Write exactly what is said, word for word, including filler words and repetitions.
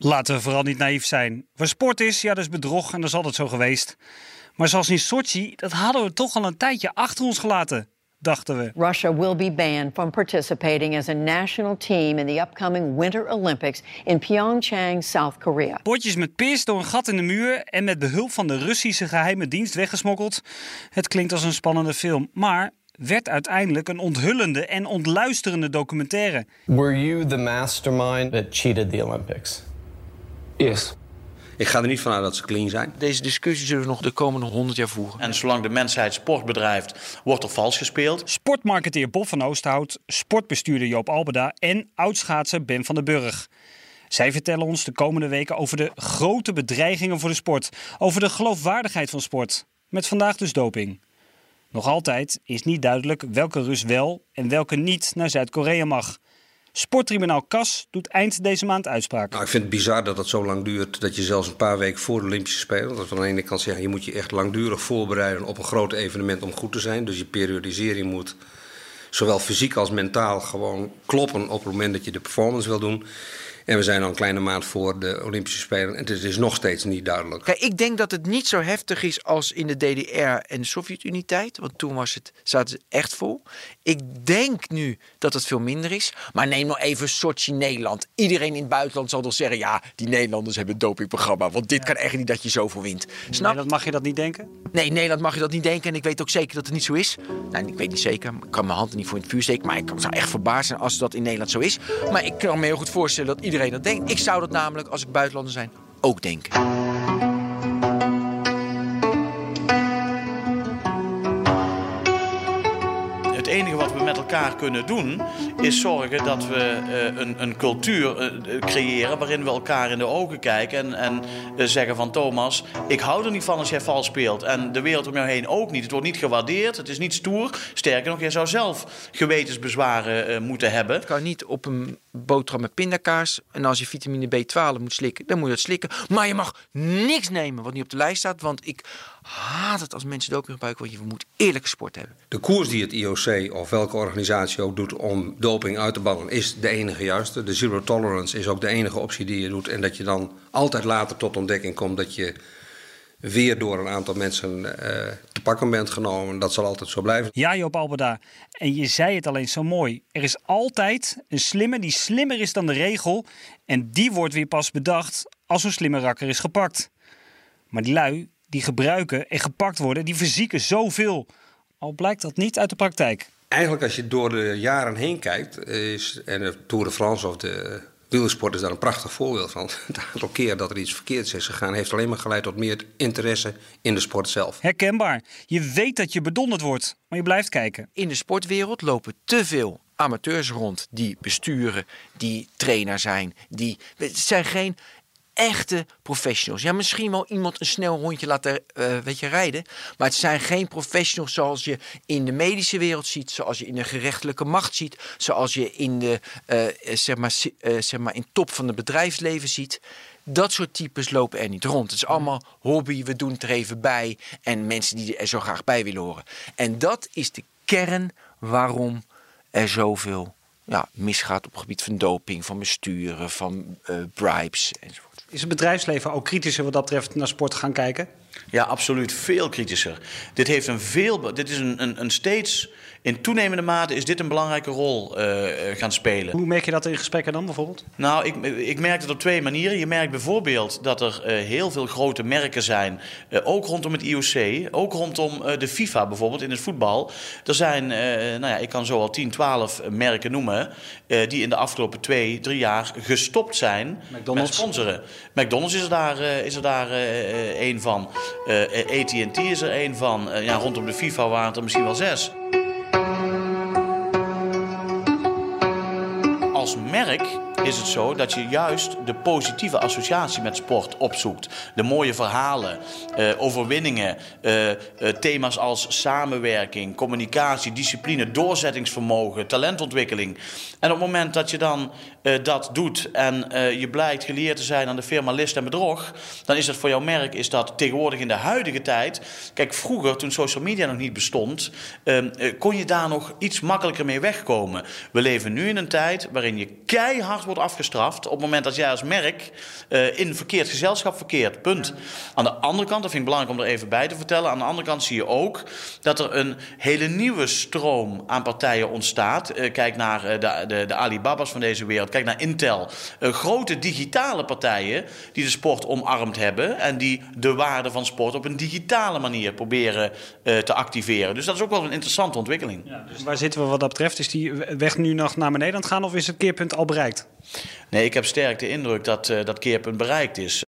Laten we vooral niet naïef zijn. Waar sport is, ja, dat is bedrog en dat is altijd zo geweest. Maar zoals in Sochi, dat hadden we toch al een tijdje achter ons gelaten, dachten we. Russia will be banned from participating as a national team in the upcoming Winter Olympics in Pyeongchang, South Korea. Potjes met pis door een gat in de muur en met behulp van de Russische geheime dienst weggesmokkeld. Het klinkt als een spannende film, maar werd uiteindelijk een onthullende en ontluisterende documentaire. Were you the mastermind that cheated the Olympics? Yes. Ik ga er niet vanuit dat ze clean zijn. Deze discussie zullen we nog de komende honderd jaar voeren. En zolang de mensheid sport bedrijft, wordt er vals gespeeld. Sportmarketeer Bob van Oosthout, sportbestuurder Joop Albeda en oudschaatser Ben van den Burg. Zij vertellen ons de komende weken over de grote bedreigingen voor de sport. Over de geloofwaardigheid van sport. Met vandaag dus doping. Nog altijd is niet duidelijk welke Rus wel en welke niet naar Zuid-Korea mag. Sporttribunaal C A S doet eind deze maand uitspraak. Nou, ik vind het bizar dat het zo lang duurt dat je zelfs een paar weken voor de Olympische Spelen... dat we aan de ene kant zeggen, je moet je echt langdurig voorbereiden op een groot evenement om goed te zijn. Dus je periodisering moet zowel fysiek als mentaal gewoon kloppen op het moment dat je de performance wil doen. En we zijn al een kleine maand voor de Olympische Spelen en het is nog steeds niet duidelijk. Kijk, ik denk dat het niet zo heftig is als in de D D R en de Sovjet-Unie tijd. Want toen was het, zaten ze echt vol. Ik denk nu dat het veel minder is. Maar neem nog even Sochi, Nederland. Iedereen in het buitenland zal toch zeggen, ja, die Nederlanders hebben een dopingprogramma. Want dit kan echt niet dat je zoveel wint. Snap? Nee, dat mag je dat niet denken? Nee, Nederland mag je dat niet denken. En ik weet ook zeker dat het niet zo is. Nou, ik weet niet zeker. Ik kan mijn hand er niet voor in het vuur steken. Maar ik zou echt verbaasd zijn als dat in Nederland zo is. Maar ik kan me heel goed voorstellen dat iedereen dat denkt. Ik zou dat namelijk, als ik buitenlander zijn, ook denken. Het enige wat we met elkaar kunnen doen is zorgen dat we uh, een, een cultuur uh, creëren waarin we elkaar in de ogen kijken en, en uh, zeggen van Thomas, ik hou er niet van als jij vals speelt en de wereld om jou heen ook niet. Het wordt niet gewaardeerd, het is niet stoer. Sterker nog, jij zou zelf gewetensbezwaren uh, moeten hebben. Het kan niet op een boterham met pindakaas en als je vitamine B twaalf moet slikken, dan moet je dat slikken. Maar je mag niks nemen wat niet op de lijst staat, want ik haat het als mensen doping gebruiken, want je moet eerlijke sport hebben. De koers die het I O C of welke organisatie ook doet om doping uit te bannen is de enige juiste. De zero tolerance is ook de enige optie die je doet. En dat je dan altijd later tot ontdekking komt dat je weer door een aantal mensen uh, te pakken bent genomen. Dat zal altijd zo blijven. Ja, Joop Albeda. En je zei het alleen zo mooi. Er is altijd een slimme die slimmer is dan de regel. En die wordt weer pas bedacht als zo'n slimme rakker is gepakt. Maar die lui die gebruiken en gepakt worden, die verzieken zoveel. Al blijkt dat niet uit de praktijk. Eigenlijk als je door de jaren heen kijkt, is, en de Tour de France of de wielersport is daar een prachtig voorbeeld van. Het aantal keer dat er iets verkeerds is gegaan, heeft alleen maar geleid tot meer interesse in de sport zelf. Herkenbaar. Je weet dat je bedonderd wordt, maar je blijft kijken. In de sportwereld lopen te veel amateurs rond die besturen, die trainer zijn. Die, het zijn geen echte professionals. Ja, misschien wel iemand een snel rondje laten uh, weet je, rijden. Maar het zijn geen professionals zoals je in de medische wereld ziet. Zoals je in de gerechtelijke macht ziet. Zoals je in de uh, zeg maar, uh, zeg maar in top van het bedrijfsleven ziet. Dat soort types lopen er niet rond. Het is allemaal hobby, we doen het er even bij. En mensen die er zo graag bij willen horen. En dat is de kern waarom er zoveel ja, misgaat op het gebied van doping, van besturen, van uh, bribes enzovoort. Is het bedrijfsleven ook kritischer wat dat betreft naar sport gaan kijken? Ja, absoluut. Veel kritischer. Dit heeft een veel. Dit is een, een, een steeds. In toenemende mate is dit een belangrijke rol uh, gaan spelen. Hoe merk je dat in gesprekken dan bijvoorbeeld? Nou, ik, ik merk het op twee manieren. Je merkt bijvoorbeeld dat er uh, heel veel grote merken zijn. Uh, ook rondom het I O C. Ook rondom uh, de FIFA bijvoorbeeld in het voetbal. Er zijn, uh, nou ja, ik kan zo al tien, twaalf merken noemen. Uh, die in de afgelopen twee, drie jaar gestopt zijn McDonald's. met sponsoren. McDonald's is er daar, uh, is er daar uh, een van. Uh, A T en T is er een van. Uh, ja, rondom de FIFA waren het er misschien wel zes. Als merk is het zo dat je juist de positieve associatie met sport opzoekt. De mooie verhalen, uh, overwinningen, uh, uh, thema's als samenwerking, communicatie, discipline, doorzettingsvermogen, talentontwikkeling. En op het moment dat je dan uh, dat doet en uh, je blijkt geleerd te zijn aan de firma list en bedrog, dan is dat voor jouw merk is dat tegenwoordig in de huidige tijd. Kijk, vroeger toen social media nog niet bestond, uh, uh, kon je daar nog iets makkelijker mee wegkomen. We leven nu in een tijd waarin je keihard wordt wordt afgestraft op het moment dat jij als merk uh, in verkeerd gezelschap verkeert. Punt. Aan de andere kant, dat vind ik belangrijk om er even bij te vertellen, aan de andere kant zie je ook dat er een hele nieuwe stroom aan partijen ontstaat. Uh, kijk naar uh, de, de, de Alibaba's van deze wereld, kijk naar Intel. Uh, grote digitale partijen die de sport omarmd hebben en die de waarde van sport op een digitale manier proberen uh, te activeren. Dus dat is ook wel een interessante ontwikkeling. Ja, dus waar zitten we wat dat betreft? Is die weg nu nog naar beneden aan het gaan of is het keerpunt al bereikt? Nee, ik heb sterk de indruk dat uh, dat keerpunt bereikt is.